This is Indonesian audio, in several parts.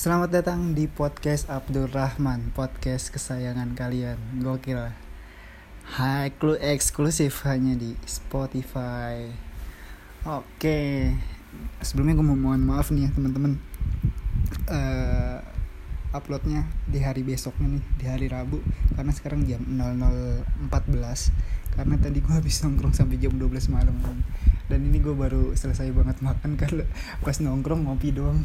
Selamat datang di podcast Abdurrahman, podcast kesayangan kalian. Gokil. Hai, clue eksklusif hanya di Spotify. Oke, sebelumnya gue mau mohon maaf nih ya teman-teman. Uploadnya di hari besoknya nih, di hari Rabu, karena sekarang jam 00.14. Karena tadi gue habis nongkrong sampai jam 12 malam. Dan ini gue baru selesai banget makan karena pas nongkrong ngopi doang.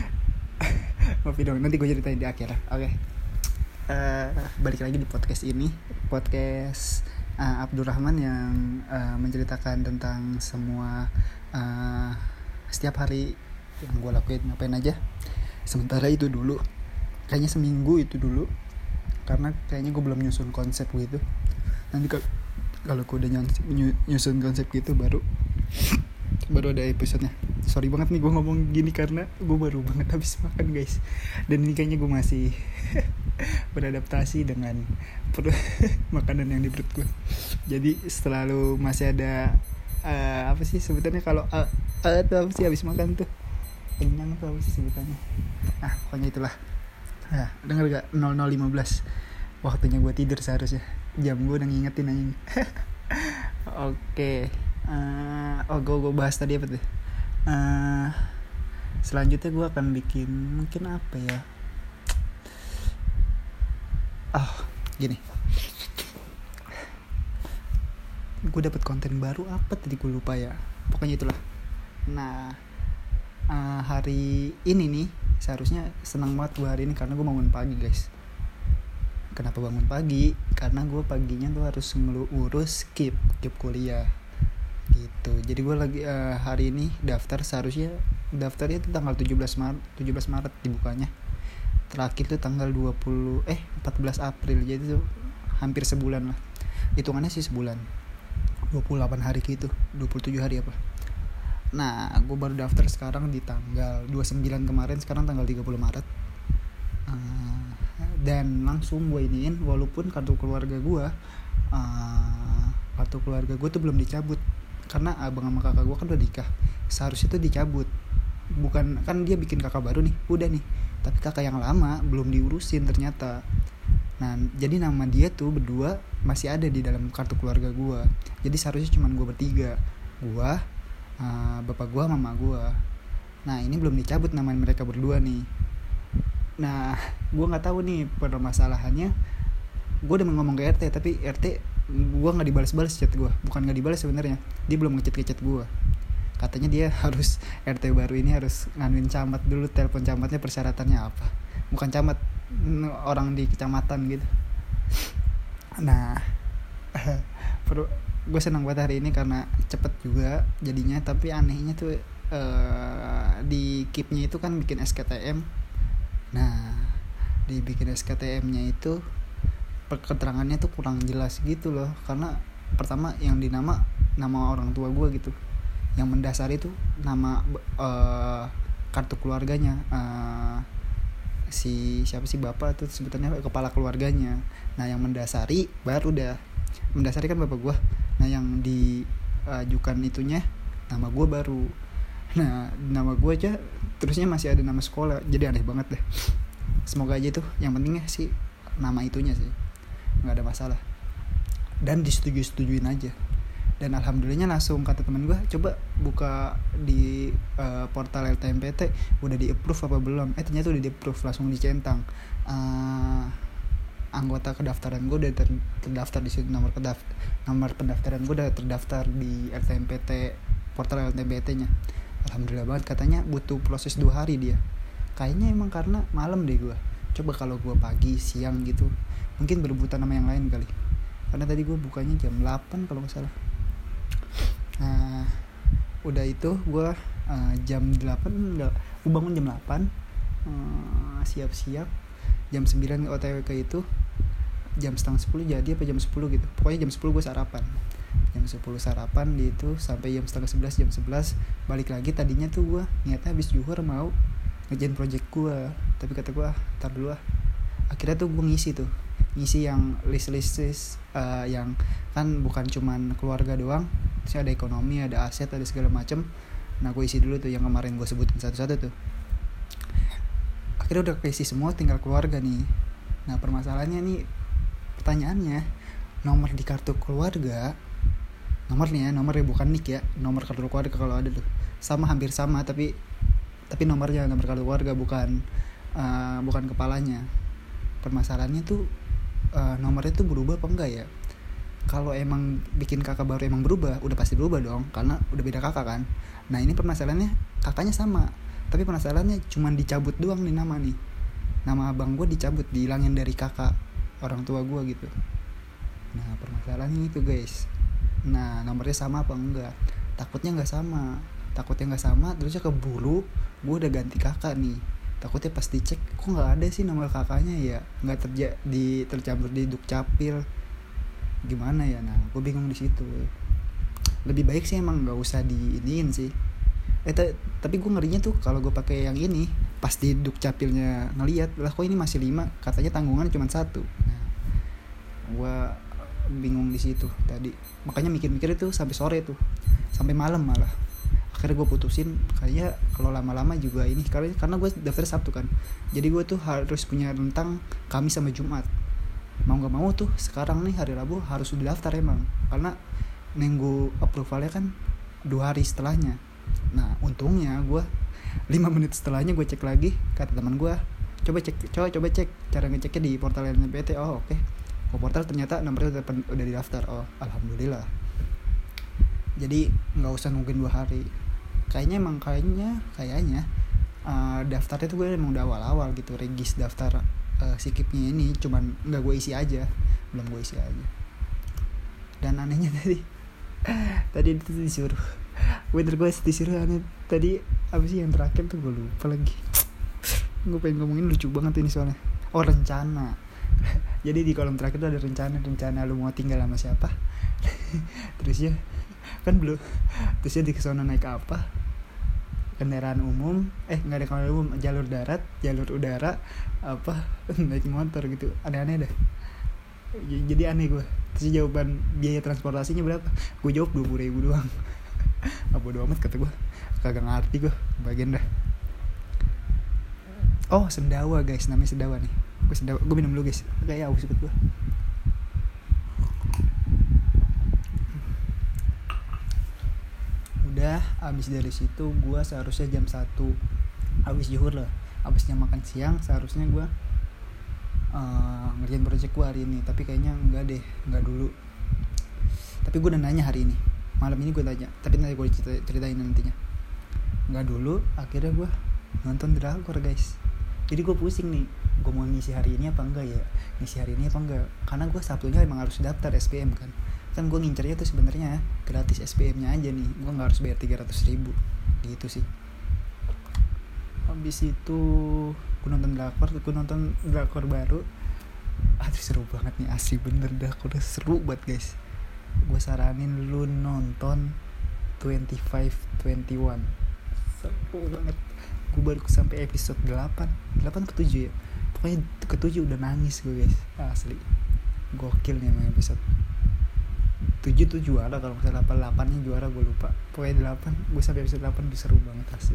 Nanti gue ceritain di akhir. Oke. Balik lagi di podcast ini, podcast Abdurrahman yang menceritakan tentang semua setiap hari yang gue lakuin, ngapain aja. Sementara itu dulu, kayaknya seminggu itu dulu, karena kayaknya gue belum nyusun konsep gitu. Nanti kalau gue udah nyusun konsep gitu baru ada episodenya. Sorry banget nih gue ngomong gini karena gue baru banget habis makan guys. Dan ini kayaknya gue masih beradaptasi dengan makanan yang di perut gue. Jadi selalu masih ada apa sih sebutannya kalau itu apa sih habis makan tuh, kenyang tuh apa sih sebutannya. Pokoknya itulah. Dengar gak 00.15 waktunya gue tidur seharusnya. Jam gue udah ngingetin aja. Oke. Gue bahas tadi apa tuh? Selanjutnya gue akan bikin mungkin apa ya? Gini. Gue dapet konten baru apa tadi gue lupa ya. Pokoknya itulah. Nah, hari ini nih seharusnya senang banget gue hari ini karena gue bangun pagi guys. Kenapa bangun pagi? Karena gue paginya tuh harus ngurus skip kuliah gitu. Jadi gue lagi hari ini daftarnya itu tanggal 17 Maret dibukanya. Terakhir tuh tanggal 14 April. Jadi tuh hampir sebulan lah. Hitungannya sih sebulan. 28 hari gitu, 27 hari apa. Nah, gue baru daftar sekarang di tanggal 29 kemarin, sekarang tanggal 30 Maret. Dan langsung gue iniin, walaupun kartu keluarga gue tuh belum dicabut. Karena abang sama kakak gue kan udah nikah, seharusnya tuh dicabut. Bukan, kan dia bikin kakak baru nih, udah nih. Tapi kakak yang lama belum diurusin ternyata. Nah, jadi nama dia tuh berdua masih ada di dalam kartu keluarga gue. Jadi seharusnya cuma gue bertiga, gue, bapak gue, mama gue. Nah, ini belum dicabut nama mereka berdua nih. Nah, gue nggak tahu nih permasalahannya. Gue udah ngomong ke RT, tapi RT gue nggak dibalas chat gue. Bukan nggak dibalas sebenarnya, dia belum ngechat gue. Katanya dia harus RT baru ini harus nganuin camat dulu, telepon camatnya persyaratannya apa. Bukan camat, orang di kecamatan gitu. Nah, gue senang banget hari ini karena cepet juga jadinya. Tapi anehnya tuh di KIP-nya itu kan bikin SKTM. Nah, dibikin SKTM-nya itu keterangannya tuh kurang jelas gitu loh. Karena pertama yang dinama orang tua gue gitu, yang mendasari tuh nama kartu keluarganya siapa sih bapak tuh sebutannya kepala keluarganya. Nah, yang mendasari kan bapak gue. Nah, yang diajukan itunya nama gue baru. Nah, nama gue aja terusnya masih ada nama sekolah. Jadi aneh banget deh. Semoga aja tuh, yang pentingnya sih nama itunya sih nggak ada masalah dan disetujuin aja. Dan alhamdulillahnya langsung kata teman gue, coba buka di portal LTMPT udah di approve apa belum. Ternyata udah di approve, langsung dicentang. Anggota kedaftaran gue udah terdaftar di situ, nomor pendaftaran gue udah terdaftar di LTMPT, portal LTMPT-nya. Alhamdulillah banget. Katanya butuh proses 2 hari dia. Kayaknya emang karena malam deh gue. Coba kalau gue pagi, siang gitu, mungkin berebutan sama yang lain kali. Karena tadi gue bukanya jam 8 kalau gak salah. Nah, udah itu gue jam 8 gue bangun jam 8, siap-siap. Jam 9 OTW ke itu. Jam setengah 10 jadi apa jam 10 gitu. Pokoknya jam 10 gue sarapan. Jam 10 sarapan di itu sampai jam setengah 11. Jam 11 balik lagi. Tadinya tuh gue niatnya habis zuhur mau ngerjain project gue, tapi kata gue ntar dulu lah. Akhirnya tuh gue ngisi yang list yang kan bukan cuman keluarga doang, terus ada ekonomi, ada aset, ada segala macem. Nah, gue isi dulu tuh yang kemarin gue sebutin satu-satu tuh. akhirnya udah keisi semua, tinggal keluarga nih. Nah permasalahannya nih, pertanyaannya, nomor di kartu keluarga, nomornya bukan nick ya, nomor kartu keluarga kalau ada tuh sama, hampir sama, tapi nomor kartu keluarga bukan kepalanya. Permasalahannya tuh nomornya tuh berubah apa enggak ya? Kalau emang bikin kakak baru emang berubah, udah pasti berubah dong, karena udah beda kakak kan. Nah ini permasalahannya kakaknya sama, tapi permasalahannya cuma dicabut doang nih nama nih. Nama abang gue dicabut, dihilangin dari kakak orang tua gue gitu. Nah permasalahannya itu guys. Nah nomornya sama apa enggak? Takutnya nggak sama, terusnya keburu gue udah ganti kakak nih. Takutnya pas dicek kok nggak ada sih nomor kakaknya ya, nggak tercampur di dukcapil, gimana ya. Nah gue bingung di situ. Lebih baik sih emang nggak usah diiniin sih. Tapi gue ngerinya tuh kalau gue pakai yang ini, pas di dukcapilnya ngelihat lah kok ini masih 5, katanya tanggungan cuma 1. Nah gue bingung di situ tadi, makanya mikir-mikir itu sampai sore tuh, sampai malam malah. Akhirnya gue putusin, kayaknya kalau lama-lama juga ini, karena gue daftar Sabtu kan, jadi gue tuh harus punya rentang Kamis sama Jumat. Mau nggak mau tuh sekarang nih hari Rabu harus udah daftar emang, karena nunggu approvalnya kan 2 hari setelahnya. Nah untungnya gue 5 menit setelahnya gue cek lagi, kata teman gue, coba cek cara ngeceknya di portal LNPT. Oh oke. Ke portal ternyata nomornya udah didaftar. Oh alhamdulillah. Jadi nggak usah nungguin 2 hari. Kayaknya daftarnya tuh gue emang udah awal-awal gitu, regis daftar sikipnya ini, cuman nggak gue isi aja, belum gue isi aja. Dan anehnya tadi itu disuruh, gue disuruh aneh tadi apa sih yang terakhir tuh, gue lupa lagi. Gue pengen ngomongin lucu banget ini soalnya. Oh rencana. Jadi di kolom terakhir tuh ada rencana lu mau tinggal sama siapa. Terus ya kan belum, terusnya di kesono naik apa, kendaraan umum, nggak ada kendaraan umum, jalur darat, jalur udara, apa naik motor gitu, aneh-aneh dah. Jadi aneh gue. Terus jawaban biaya transportasinya berapa, gue jawab 20.000 doang. Bodo amat kata gue, kagak ngerti gue bagian dah. Oh sendawa guys, namanya sendawa nih. Gue minum dulu guys, kayak aus ikut gue. Udah abis dari situ gue seharusnya jam 1 abis zuhur lah, abisnya makan siang seharusnya gue ngerjain project gue hari ini. Tapi kayaknya enggak dulu. Tapi gue udah nanya hari ini, malam ini gue tanya, tapi nanti gue ceritain nantinya. Enggak dulu, akhirnya gue nonton drakor guys. Jadi gue pusing nih, gue mau ngisi hari ini apa enggak ya, karena gue Sabtunya emang harus daftar SPM kan gue ngincernya tuh sebenarnya gratis SPM-nya aja nih, gue nggak harus bayar 300.000 gitu sih. Habis itu gue nonton drakor baru. Aduh seru banget nih, asli bener drakor seru banget guys. Gue saranin lu nonton 25-21, seru banget. Gue baru sampai episode 8 ke 7 ya, pokoknya ke 7 udah nangis gue guys, asli gokil nih emang episode 7 tuh juara, kalau misalnya 8 nya juara gue lupa, pokoknya 8 gue sampai episode 8 udah seru banget asli.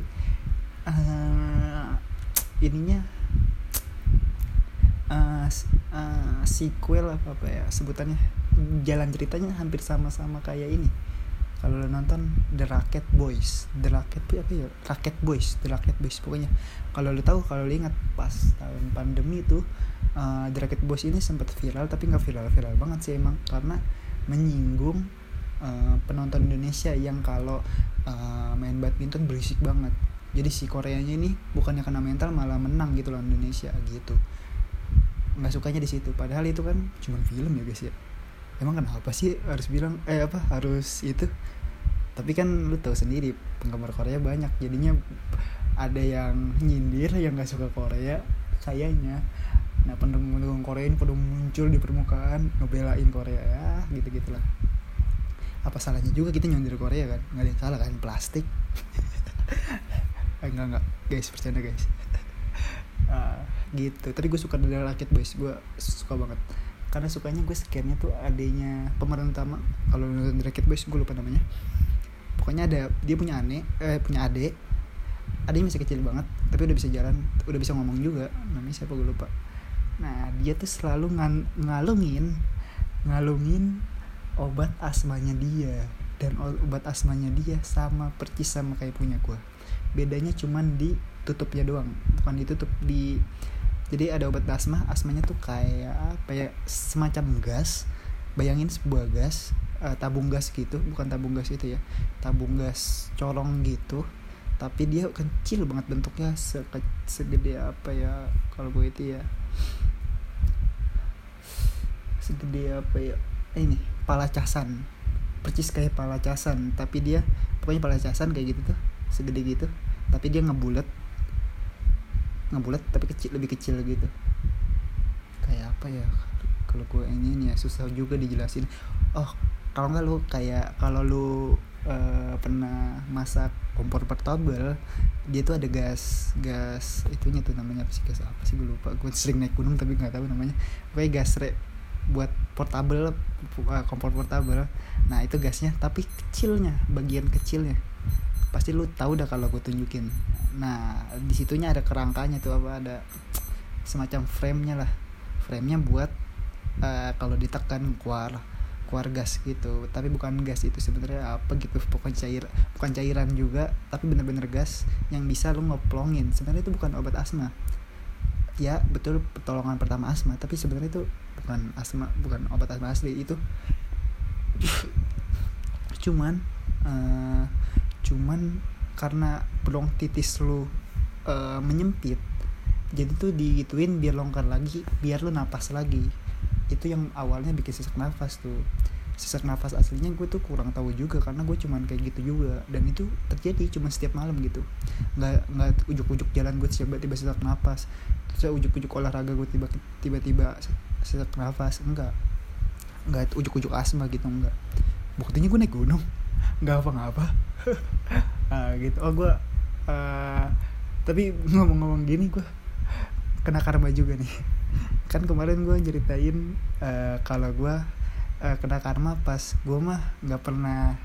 Ininya sequel apa ya sebutannya, jalan ceritanya hampir sama-sama kayak ini. Kalau lo nonton The Racket Boys pokoknya. Kalau lo tahu, kalau lo ingat pas tahun pandemi itu The Racket Boys ini sempat viral, tapi nggak viral banget sih emang, karena menyinggung penonton Indonesia yang kalau main badminton berisik banget. Jadi si Koreanya ini bukannya kena mental, malah menang gitu loh Indonesia gitu. Nggak sukanya di situ. Padahal itu kan cuma film ya guys ya. Emang kenapa sih harus bilang harus itu? Tapi kan lu tahu sendiri penggemar Korea banyak, jadinya ada yang nyindir yang nggak suka Korea kayaknya. Nah pendukung Korea ini pada muncul di permukaan ngebelain Korea ya, gitu-gitulah. Apa salahnya juga kita nyindir Korea kan? Nggak ada yang salah kan, plastik. Enggak guys, bercanda guys. Gitu. Tadi gue suka dari Racket Boys, gue suka banget. Karena sukanya gue scan-nya tuh adenya pemeran utama. Kalau nonton Racket Boys gue lupa namanya. Pokoknya dia punya adik. Adiknya masih kecil banget. tapi udah bisa jalan, udah bisa ngomong juga. Namanya siapa gue lupa. Nah dia tuh selalu ngalungin obat asmanya dia, dan obat asmanya dia sama percis sama kayak punya gue. Bedanya cuman di tutupnya doang, bukan ditutup di. Jadi ada obat asmanya tuh kayak apa ya, semacam gas. Bayangin sebuah gas, tabung gas gitu, bukan tabung gas itu ya, tabung gas colong gitu, tapi dia kecil banget bentuknya, segede apa ya kalau gue itu ya, segede apa ya, ini palacasan, percis kayak palacasan, tapi dia pokoknya palacasan kayak gitu tuh, segede gitu, tapi dia ngebulet tapi kecil, lebih kecil gitu. Kayak apa ya kalau gue ini ya, susah juga dijelasin. Oh kalau nggak lu kayak, kalau lu pernah masak kompor portable, dia tuh ada gas itunya tuh, namanya apa sih, gas apa sih gue lupa. Gue sering naik gunung tapi nggak tahu namanya. Pokoknya gas buat portable, kompor portable. Nah itu gasnya tapi kecilnya, bagian kecilnya pasti lu tahu dah kalau gue tunjukin. Nah di situnya ada kerangkanya tuh, apa, ada semacam frame-nya buat kalau ditekan keluar gas gitu. Tapi bukan gas itu sebenarnya apa gitu, pokoknya bukan cairan juga, tapi bener-bener gas yang bisa lu ngeplongin. Sebenarnya itu bukan obat asma ya, betul, pertolongan pertama asma, tapi sebenarnya itu bukan asma, bukan obat asma asli itu. cuman karena pelong titis lu menyempit, jadi tuh digituin biar longgar lagi, biar lu napas lagi. Itu yang awalnya bikin sesak nafas tuh. Sesak nafas aslinya gue tuh kurang tahu juga, karena gue cuman kayak gitu juga, dan itu terjadi cuma setiap malam gitu. Nggak ujuk-ujuk jalan gue tiba-tiba sesak nafas, terus ujuk-ujuk olahraga gue tiba-tiba sesak nafas, enggak ujuk-ujuk asma gitu, enggak. Buktinya gue naik gunung nggak apa-apa. Gitu. Gue tapi ngomong-ngomong gini, gue kena karma juga nih. Kan kemarin gue ceritain kalau gue kena karma pas gue mah nggak pernah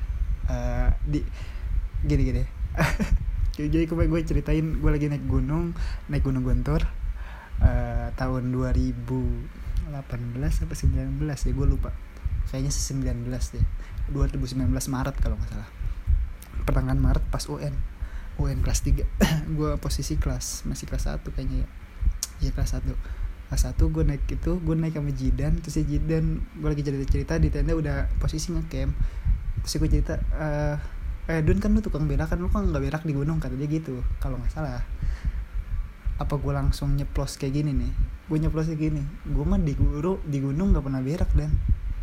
gini. Jadi kemarin gue ceritain gue lagi naik gunung Guntur tahun 2018 apa 19 ya, gue lupa, kayaknya 19 deh, 2019 Maret kalau nggak salah, pertengahan Maret pas UN kelas 3. Gue posisi masih kelas 1 kayaknya ya kelas 1 gue naik sama Jidan. Terus si Jidan gue lagi cerita di tenda, udah posisi ngecamp. Terus gue cerita, Dun kan lu tukang berak kan, lu kan nggak berak di gunung, kata dia gitu kalau nggak salah. Apa gue langsung nyeplos kayak gini nih, gue nyeplosnya gini, gue mah di gunung nggak pernah berak, dan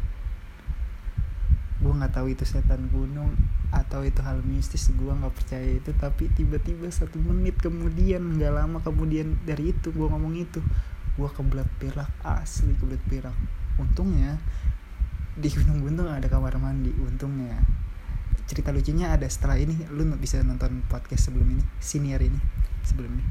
gue nggak tahu itu setan gunung atau itu hal mistis, gue nggak percaya itu. Tapi tiba-tiba 1 menit kemudian, nggak lama kemudian dari itu gue ngomong itu, gue kebelet berak, asli kebelet berak. Untungnya di Gunung Guntur ada kamar mandi, untungnya. Cerita lucunya ada setelah ini, lu bisa nonton podcast sebelum ini, senior ini sebelum ini.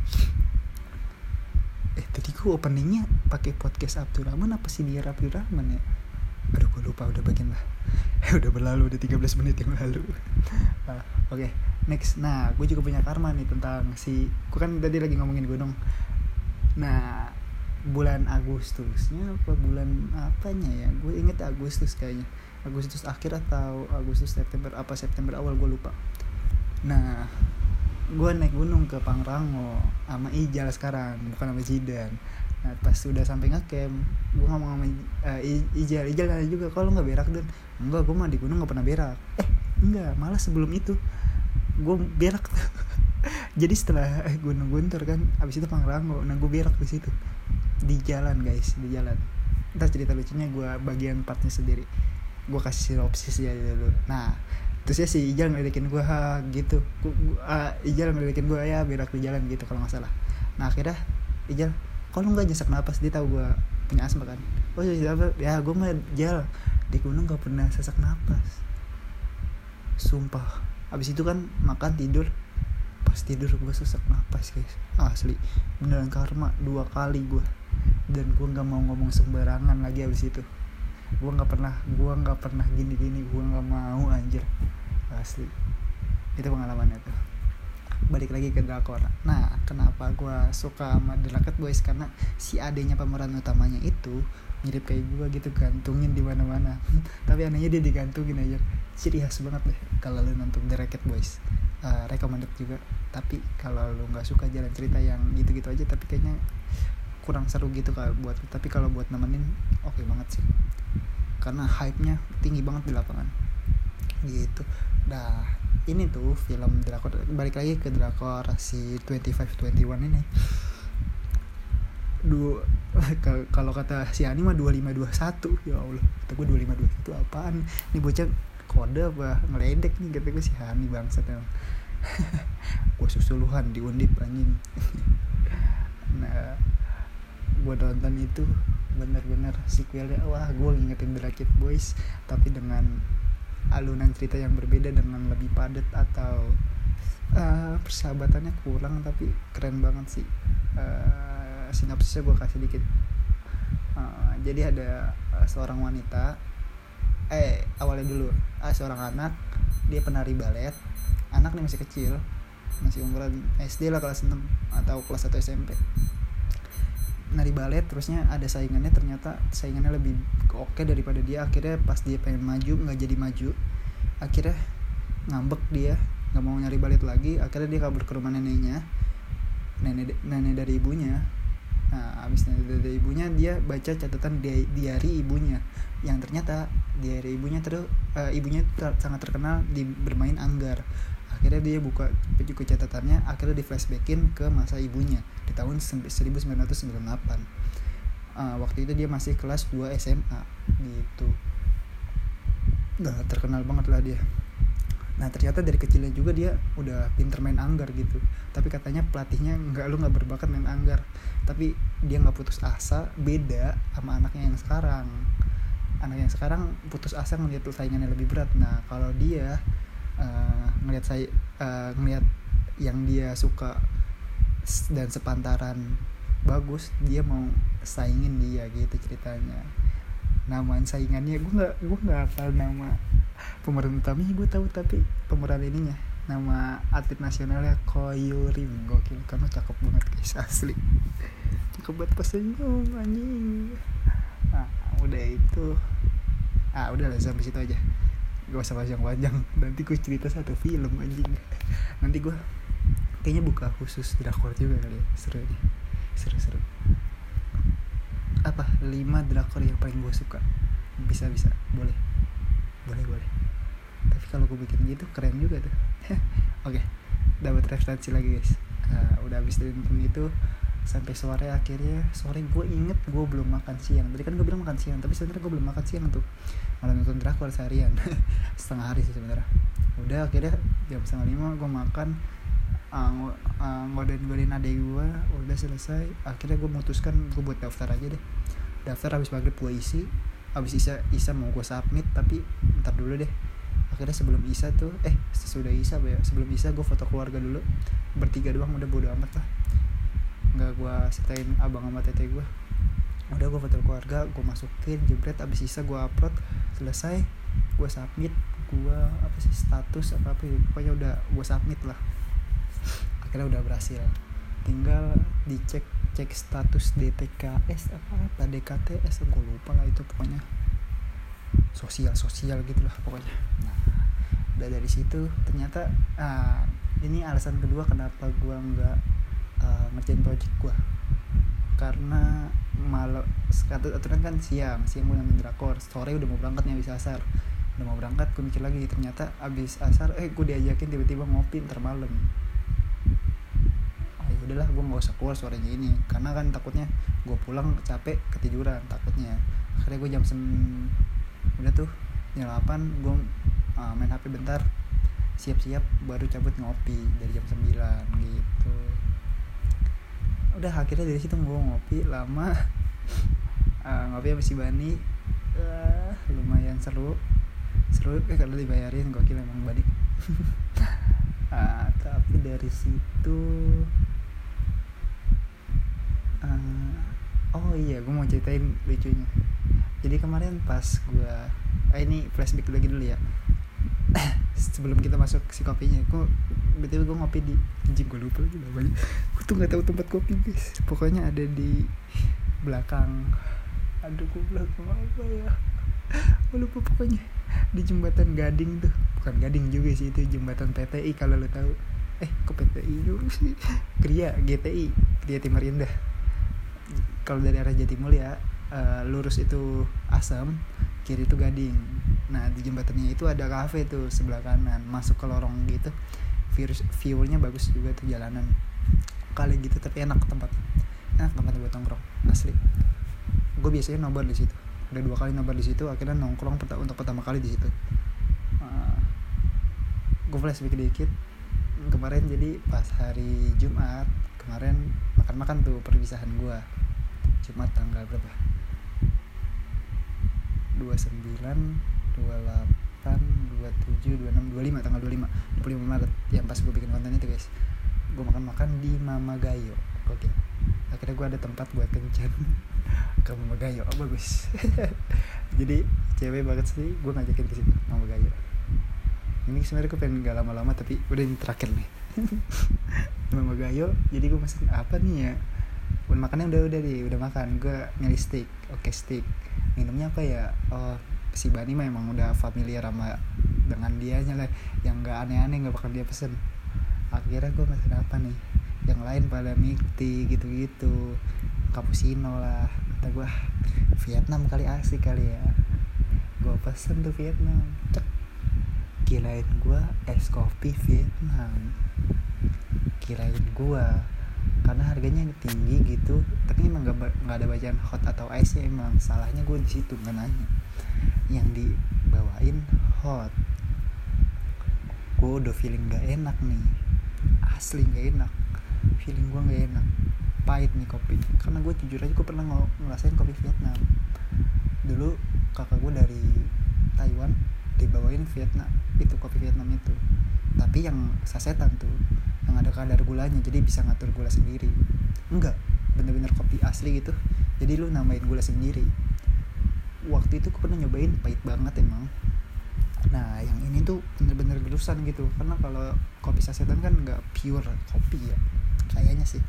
Tadi gue openingnya pakai podcast Abdurrahman apa senior Abdurrahman ya? Aduh gue lupa, udah bagian lah. Udah berlalu, udah 13 menit yang lalu. Oke, next. Nah gue juga punya karma nih tentang gue kan tadi lagi ngomongin gunung. Nah bulan Agustusnya apa bulan apanya ya, gue inget Agustus kayaknya, Agustus akhir atau Agustus September awal, gue lupa. Nah gue naik gunung ke Pangrango sama Ijal sekarang, bukan sama Jidan. Nah pas udah sampai ngecamp, gue ngomong sama Ijal nanya juga, kalau nggak berak Dan? Enggak, gue mah di gunung nggak pernah berak. Enggak, malah sebelum itu gue berak. Jadi setelah Gunung Guntur kan, abis itu Pangrango, nah gue berak di situ, di jalan guys, di jalan. Ntar cerita lucunya gue bagian partnya sendiri, gue kasih sinopsis ya dulu. Nah terus ya si Ijal ngeledekin gue gitu, Ijal ngeledekin gue ya berak di jalan gitu kalau nggak salah. Nah akhirnya Ijal, kalau nggak nyesak napas, dia tahu gue punya asma kan. Oh ya gue mah Jal di gunung nggak pernah sesak napas, sumpah. Abis itu kan makan tidur, pas tidur gue sesak napas guys, asli beneran karma 2 kali gue. Dan gue nggak mau ngomong sembarangan lagi abis itu. Gue nggak pernah gini, gue nggak mau anjir, asli. Itu pengalamannya tuh. balik lagi ke drakor. Nah, kenapa gue suka sama The Rocket Boys, karena si adenya pemeran utamanya itu mirip kayak gue gitu, gantungin di mana-mana. Tapi anehnya dia digantungin aja. Ciri khas banget deh kalau lu nonton The Rocket Boys. Recommended juga. Tapi kalau lu nggak suka jalan cerita yang gitu-gitu aja, tapi kayaknya kurang seru gitu kalau buat. Tapi kalau buat nemenin, oke banget sih. Karena hype-nya tinggi banget di lapangan. Gitu. Nah, ini tuh film drakor, balik lagi ke drakor si 2521 ini. Kalau kata si Ani mah 2521. Ya Allah, kata gue 2521 apaan? Ini bocah kode apa ngeledek nih, kata gue si Hani bangsat emang. Gue susuluhan di Undip anjing. Nah, gue nonton itu bener-bener sequelnya, wah gue ngingetin The Rocket Boys tapi dengan alunan cerita yang berbeda, dengan lebih padat, atau persahabatannya kurang, tapi keren banget sih. Sinopsisnya gue kasih dikit. Jadi ada seorang wanita, awalnya dulu seorang anak, dia penari balet. Anak nih masih kecil, masih umuran SD lah, kelas 6 atau kelas 1 SMP. Nari balet, terusnya ada saingannya, ternyata saingannya lebih oke daripada dia. Akhirnya pas dia pengen maju nggak jadi maju, akhirnya ngambek, dia nggak mau nyari balet lagi. Akhirnya dia kabur ke rumah neneknya, nenek dari ibunya. Nah, abis nenek dari ibunya, dia baca catatan diary ibunya, yang ternyata diary ibunya ibunya sangat terkenal di bermain anggar. Akhirnya dia buka buku catatannya, akhirnya di flashbackin ke masa ibunya di tahun 1998. Waktu itu dia masih kelas 2 SMA gitu. Nah, terkenal banget lah dia. Nah, ternyata dari kecilnya juga dia udah pinter main anggar gitu. Tapi katanya pelatihnya, lu gak berbakat main anggar. Tapi dia gak putus asa, beda sama anaknya yang sekarang. Anak yang sekarang putus asa ngeliat saingannya lebih berat. Nah, kalau dia ngelihat yang dia suka dan sepantaran bagus, dia mau saingin dia gitu ceritanya. Nama saingannya gue nggak hafal nama pemeran utamanya, gue tahu tapi pemeran ininya, nama atlet nasionalnya Koyurim, gokil karena cakep banget guys, asli cakep banget pas senyum anjing. Nah, udah itu udahlah sampai situ aja, gak usah panjang-panjang, nanti gue cerita satu film anjing. Nanti gue kayaknya buka khusus drakor juga kali ya, seru apa 5 drakor yang paling gue suka. Bisa boleh tapi kalau gue bikin gitu keren juga tuh. Oke, dapat referensi lagi guys. Udah habis dari nonton itu sampai sore, akhirnya sore gue inget gue belum makan siang. Tadi kan gue bilang makan siang, tapi sebenarnya gue belum makan siang tuh, malah nonton drakor seharian. Setengah hari sih sebenarnya. Udah akhirnya jam 4:30 gue makan, ngodain adek gue, udah selesai. Akhirnya gue memutuskan gue buat daftar aja deh. Daftar habis maghrib gue isi, habis isa mau gue submit, tapi ntar dulu deh. Akhirnya sebelum isa tuh sesudah isa sebelum isa gue foto keluarga dulu, bertiga doang, udah bodo amat lah, nggak gue setain abang sama tete gue. Udah gue foto keluarga, gue masukin jebret, abis isa gue upload, selesai gue submit, gue status apa ya, pokoknya udah gue submit lah. Akhirnya udah berhasil, tinggal dicek status DTKS apa DKTS, gue lupa lah itu, pokoknya sosial gitu lah pokoknya. Nah, udah dari situ ternyata ini alasan kedua kenapa gue nggak ngerjain project gue, karena aturan kan siang gue nonton drakor, sore udah mau berangkat nih abis asar, udah mau berangkat gue mikir lagi, ternyata abis asar gue diajakin tiba-tiba ngopi ntar malam. Udahlah gue nggak usah keluar sorenya ini, karena kan takutnya gue pulang capek ketiduran takutnya. Akhirnya gue udah tuh jam 8 gue main HP bentar, siap-siap baru cabut ngopi dari jam 9 gitu. Udah akhirnya dari situ gue ngopi lama. Ngopi sama si Bani, lumayan seru kalau dibayarin, gokil emang Bani. Tapi dari situ gue mau ceritain lucunya. Jadi kemarin pas gue ini flashback lagi dulu ya. Sebelum kita masuk si kopinya, BTW gue ngopi di anjing, gue lupa lagi namanya. Gue tuh nggak tahu tempat kopi guys, pokoknya ada di belakang, aduh gue belakang apa ya, gue lupa pokoknya, di jembatan Gading tuh, bukan Gading juga sih, itu jembatan PTI kalau lo tahu. Kok PTI dulu sih, GTI Timur Indah. Kalau dari arah Jatimul ya, lurus itu Asam, kiri itu Gading. Nah di jembatannya itu ada kafe tuh sebelah kanan, masuk ke lorong gitu, view-nya bagus juga tuh, jalanan kali gitu, tapi enak tempat buat nongkrong asli. Gue biasanya nobar di situ, udah 2 kali nobar di situ, akhirnya nongkrong untuk pertama kali di situ. Gue flashback dikit kemarin, jadi pas hari Jumat kemarin makan tuh perpisahan gue, Jumat tanggal berapa, 29, 28, 27, 26, 25, tanggal 25 Maret yang pas gue bikin konten itu guys. Gue makan di Mama Gayo. Oke, akhirnya gue ada tempat buat kencan ke Mama Gayo. Bagus. Jadi cewek banget sih, gue ngajakin ke situ Mama Gayo. Ini sebenarnya gue pengen gak lama-lama, tapi udah ini terakhir nih. Mama Gayo. Jadi gue pesen apa nih ya, buat makannya udah makan. Gue milih steak. Oke, steak. Minumnya apa ya? Si Bani mah emang udah familiar sama dengan dianya lah, yang gak aneh-aneh gak bakal dia pesen. Akhirnya gue pesen apa nih, yang lain pada milk tea gitu-gitu, cappuccino lah. Kata gue Vietnam kali, asik kali ya. Gue pesen tuh Vietnam, cek, kirain gue es kopi Vietnam, kirain gue, karena harganya tinggi gitu, tapi emang gak ada bacaan hot atau ice ya. Emang salahnya gue di situ, nggak nanya, yang dibawain hot. Gue udah feeling gak enak nih, asli gak enak, feeling gue gak enak, pahit nih kopi. Karena gue jujur aja, gue pernah ngerasain kopi Vietnam dulu, kakak gue dari Taiwan dibawain Vietnam, itu kopi Vietnam itu, tapi yang sasetan tuh, yang ada kadar gulanya, jadi bisa ngatur gula sendiri. Enggak, bener-bener kopi asli gitu, jadi lu nambahin gula sendiri. Waktu itu gue pernah nyobain, pahit banget emang. Nah yang ini tuh bener-bener gerusan gitu, karena kalau kopi sasetan kan nggak pure kopi ya, kayaknya sih.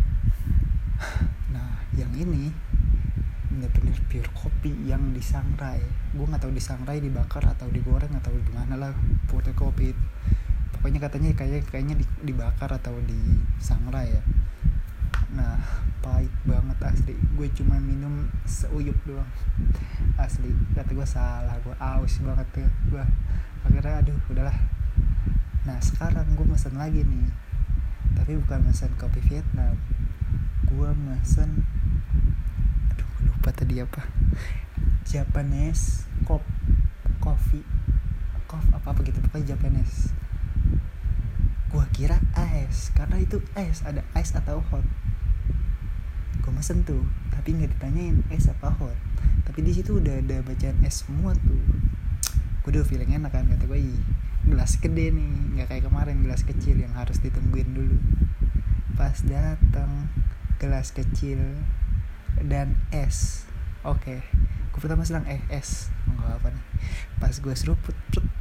Nah yang ini bener-bener pure kopi yang disangrai. Gue nggak tahu disangrai, dibakar atau digoreng atau gimana lah, pokoknya kopi itu. Pokoknya katanya kayaknya dibakar atau disangrai ya. Nah pahit banget asli, gue cuma minum seuyup doang asli. Kata gue salah, gue aus banget tuh gue. Akhirnya aduh udahlah. Nah sekarang gue mesen lagi nih, tapi bukan mesen kopi Vietnam, gue mesen, aduh gue lupa tadi apa, Japanese coffee apa gitu, pokoknya Japanese. Gue kira ice, karena itu ice, ada ice atau hot. Gue mesen tuh, tapi nggak ditanyain es apa hot, tapi di situ udah ada bacaan es semua tuh. Gue udah feeling enak kan, kata gue gelas gede nih, nggak kayak kemarin gelas kecil yang harus ditungguin dulu. Pas datang gelas kecil dan es, oke. Gue pertama bilang es, nggak apa nih. Pas gue seruput,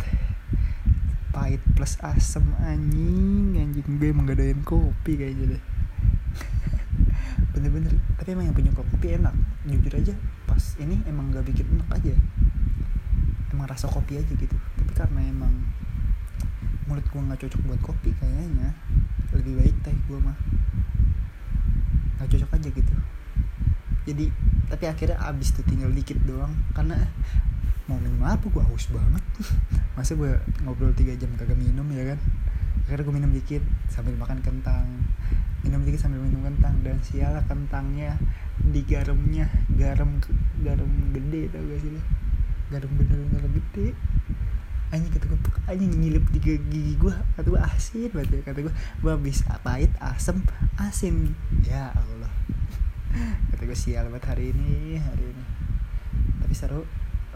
pahit plus asem, anjing gue emang gak doyan kopi kayaknya deh. Bener-bener, tapi emang yang punya kopi enak, jujur aja. Pas ini emang gak bikin enak aja, emang rasa kopi aja gitu. Tapi karena emang mulut gue gak cocok buat kopi, kayaknya lebih baik teh gue mah, gak cocok aja gitu. Jadi tapi akhirnya abis tuh, tinggal dikit doang, karena mau minum apa, gue haus banget. Masa gue ngobrol 3 jam kagak minum ya kan. Akhirnya gue minum dikit sambil makan kentang, minum dikit sambil minum kentang, dan sialah kentangnya digaramnya garam gede, tau gak sih lo, garam bener-bener gede. Anjing, kata gue anjing nyilip di gigi gue, kata gue asin banget ya, kata gue habis pahit asem asin, ya Allah. Kata gue sial banget hari ini, tapi seru.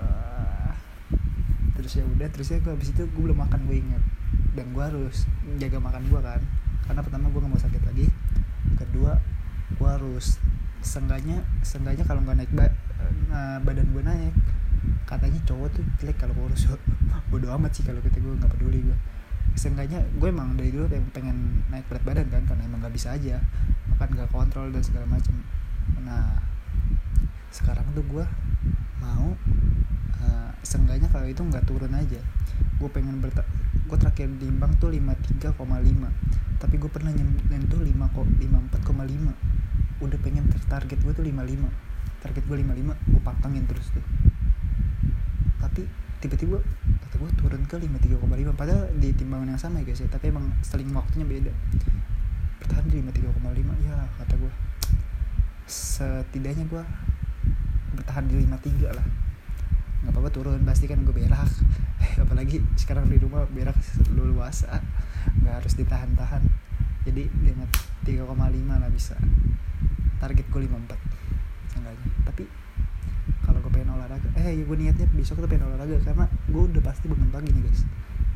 Terus ya gue abis itu gue belum makan, gue ingat, dan gue harus jaga makan gue kan, karena pertama gue gak mau sakit lagi, kedua gue harus seenggaknya kalau gak naik badan gue naik. Katanya cowok tuh jelek kalau kurus. Bodo amat sih kalau kata gue, gak peduli gue. seenggaknya gue emang dari dulu yang pengen naik berat badan kan, karena emang nggak bisa aja makan nggak kontrol dan segala macam. Nah sekarang tuh gue mau seenggaknya kalau itu nggak turun aja. Gue pengen gue terakhir timbang tuh 53,5, tapi gue pernah nyentuh 54,5. Udah pengen target gue tuh 55, target gue 55, gue pantangin terus tuh. Tapi tiba-tiba kata gue turun ke 53,5, padahal di timbangan yang sama ya guys ya, tapi emang seling waktunya beda. Bertahan di 53,5, ya kata gue setidaknya gue bertahan di 53 lah, nggak apa-apa turun, pasti kan gue berak. Apalagi sekarang di rumah berak luasa, nggak harus ditahan-tahan. Jadi 53,5 lah bisa. Target gue 54 seenggaknya. Tapi kalau gue pengen olahraga, gue niatnya besok tuh pengen olahraga, karena gue udah pasti bangun pagi nih guys.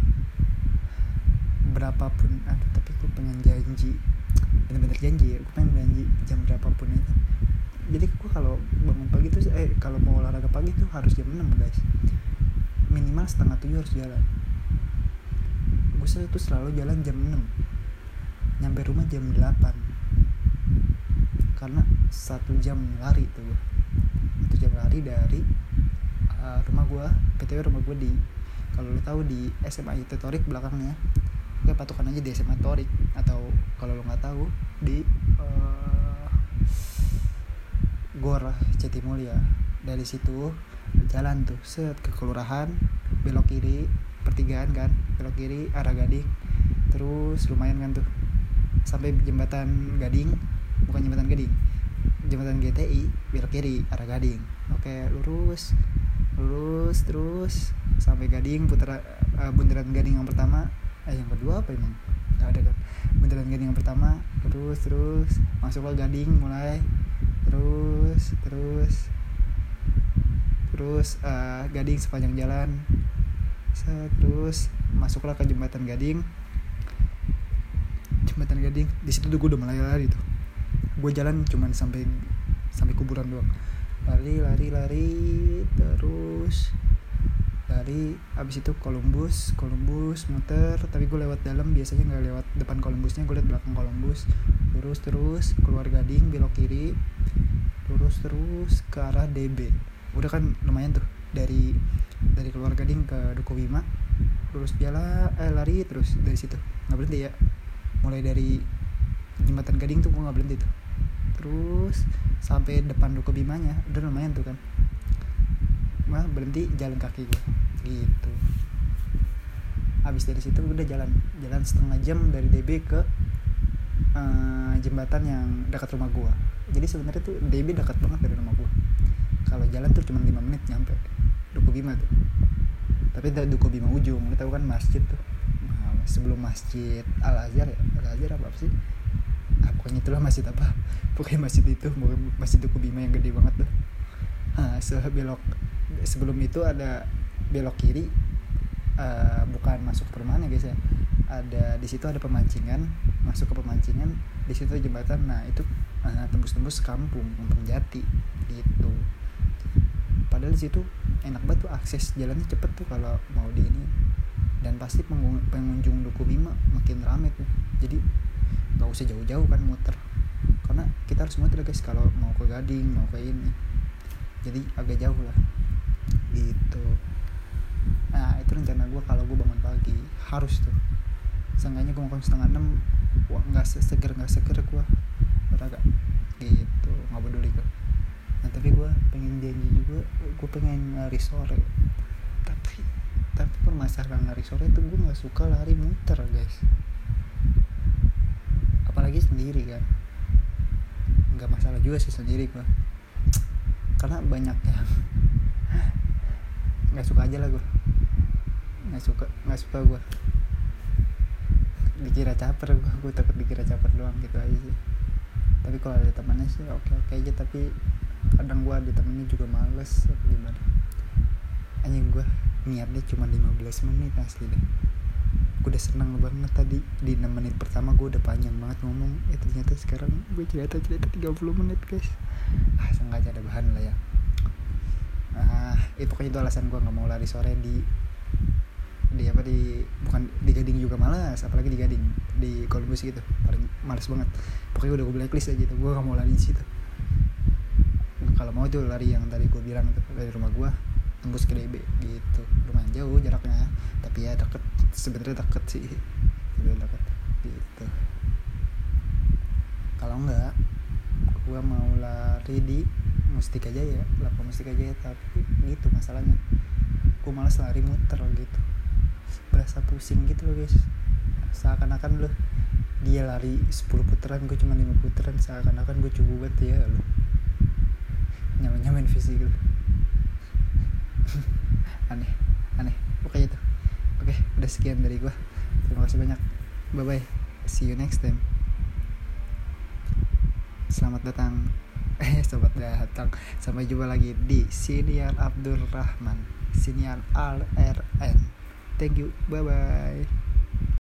Berapapun, tapi gue pengen janji, bener-bener janji ya, gue pengen janji jam berapapun itu. Jadi gue kalau bangun pagi tuh, kalau mau olahraga pagi tuh harus jam 6 guys, minimal 6:30 harus jalan. Gue tuh selalu jalan jam 6, nyampe rumah jam 8, karena 1 jam lari tuh gue. 1 jam lari dari rumah gue. PTW rumah gue di, kalau lo tahu di SMA IT Torik belakangnya, gue patokan aja di SMA Torik, atau kalau lo nggak tahu di Gor Jatimulya. Dari situ jalan tuh set ke kelurahan, belok kiri pertigaan kan, belok kiri arah Gading, terus lumayan kan tuh sampai jembatan Gading, bukan jembatan Gading, jembatan GTI, belok kiri arah Gading. Oke, lurus terus sampai Gading, putar bundaran Gading yang pertama, yang kedua apa emang nggak ada kan, bundaran Gading yang pertama, terus masuk ke Gading, mulai terus Gading sepanjang jalan, terus masuklah ke jembatan Gading. Di situ tuh gue udah mulai lari tuh. Gue jalan cuman sampai kuburan doang, lari terus lari. Abis itu Columbus muter, tapi gue lewat dalam, biasanya nggak lewat depan Columbusnya, gue lewat belakang Columbus. Terus keluar Gading, belok kiri, terus ke arah DB. Udah kan lumayan tuh, dari keluar Gading ke Duku Bima, terus jalan lari terus dari situ, nggak berhenti ya. Mulai dari jembatan Gading tuh gue nggak berhenti tuh, terus sampai depan Duku Bimanya, udah lumayan tuh kan, malah berhenti jalan kaki gue gitu. Habis dari situ udah jalan setengah jam dari DB ke jembatan yang dekat rumah gue. Jadi sebenarnya tuh DB dekat banget dari rumah gue. Kalau jalan tuh cuma 5 menit nyampe Duku Bima tuh. Tapi Duku Bima ujung, lu tahu kan masjid tuh. Nah, sebelum masjid Al-Azhar ya, Al-Azhar apa sih? Pokoknya itulah masjid apa. Pokoknya masjid itu, masjid Duku Bima yang gede banget tuh. Sebelum itu ada belok kiri, bukan masuk ke perumahan ya guys ya. Di situ ada pemancingan, masuk ke pemancingan, di situ jembatan. Nah itu tembus kampung Jati gitu. Padahal di situ enak banget tuh, akses jalannya cepet tuh kalau mau di ini. Dan pasti pengunjung Duku Bima makin rame tuh. Jadi nggak usah jauh-jauh kan muter, karena kita harus muter guys kalau mau ke Gading, mau ke ini. Jadi agak jauh lah gitu. Nah itu rencana gue kalau gue bangun pagi harus tuh, seenggaknya gue makan 5:30. Nggak seger gue olahraga gitu, nggak peduli gue. Nah tapi gue pengen janji juga, gue pengen lari sore. Tapi permasalahan lari sore itu gue nggak suka lari muter guys, apalagi sendiri kan. Nggak masalah juga sih sendiri gue, karena banyak yang nggak suka aja lah gue, nggak suka gue dikira caper. Gue takut dikira caper doang gitu aja sih. Tapi kalau ada temannya sih oke aja. Tapi kadang gue ada temennya juga males apa gimana. Anjing, gue niatnya cuma 15 menit asli deh. Gue udah seneng banget tadi di 6 menit pertama gue udah panjang banget ngomong. Ternyata sekarang gue cerita 30 menit guys. Sengaja ada bahan lah ya. Pokoknya itu alasan gue gak mau lari sore di bukan di Gading juga malas, apalagi di Gading, di Columbus gitu paling malas banget. Pokoknya udah gue blacklist aja gitu, gue gak mau lari di situ. Kalau mau tuh lari yang tadi gue bilang tuh, dari rumah gue tembus ke DB gitu, lumayan jauh jaraknya, tapi ya deket, sebenarnya deket sih, sebenarnya deket gitu. Kalau enggak, gue mau lari di Mustika Jaya, Lapangan Mustika Jaya, tapi gitu masalahnya, gue malas lari muter gitu, berasa pusing gitu loh guys. Seakan-akan loh dia lari 10 putaran, gue cuma 5 putaran, seakan-akan gue cukup banget ya loh, nyaman fisik loh. aneh pokoknya itu. Oke, udah sekian dari gue, terima kasih banyak, bye bye, see you next time. Selamat datang sampai jumpa lagi di Siniar Abdul Rahman, Siniar RN. Thank you, bye bye.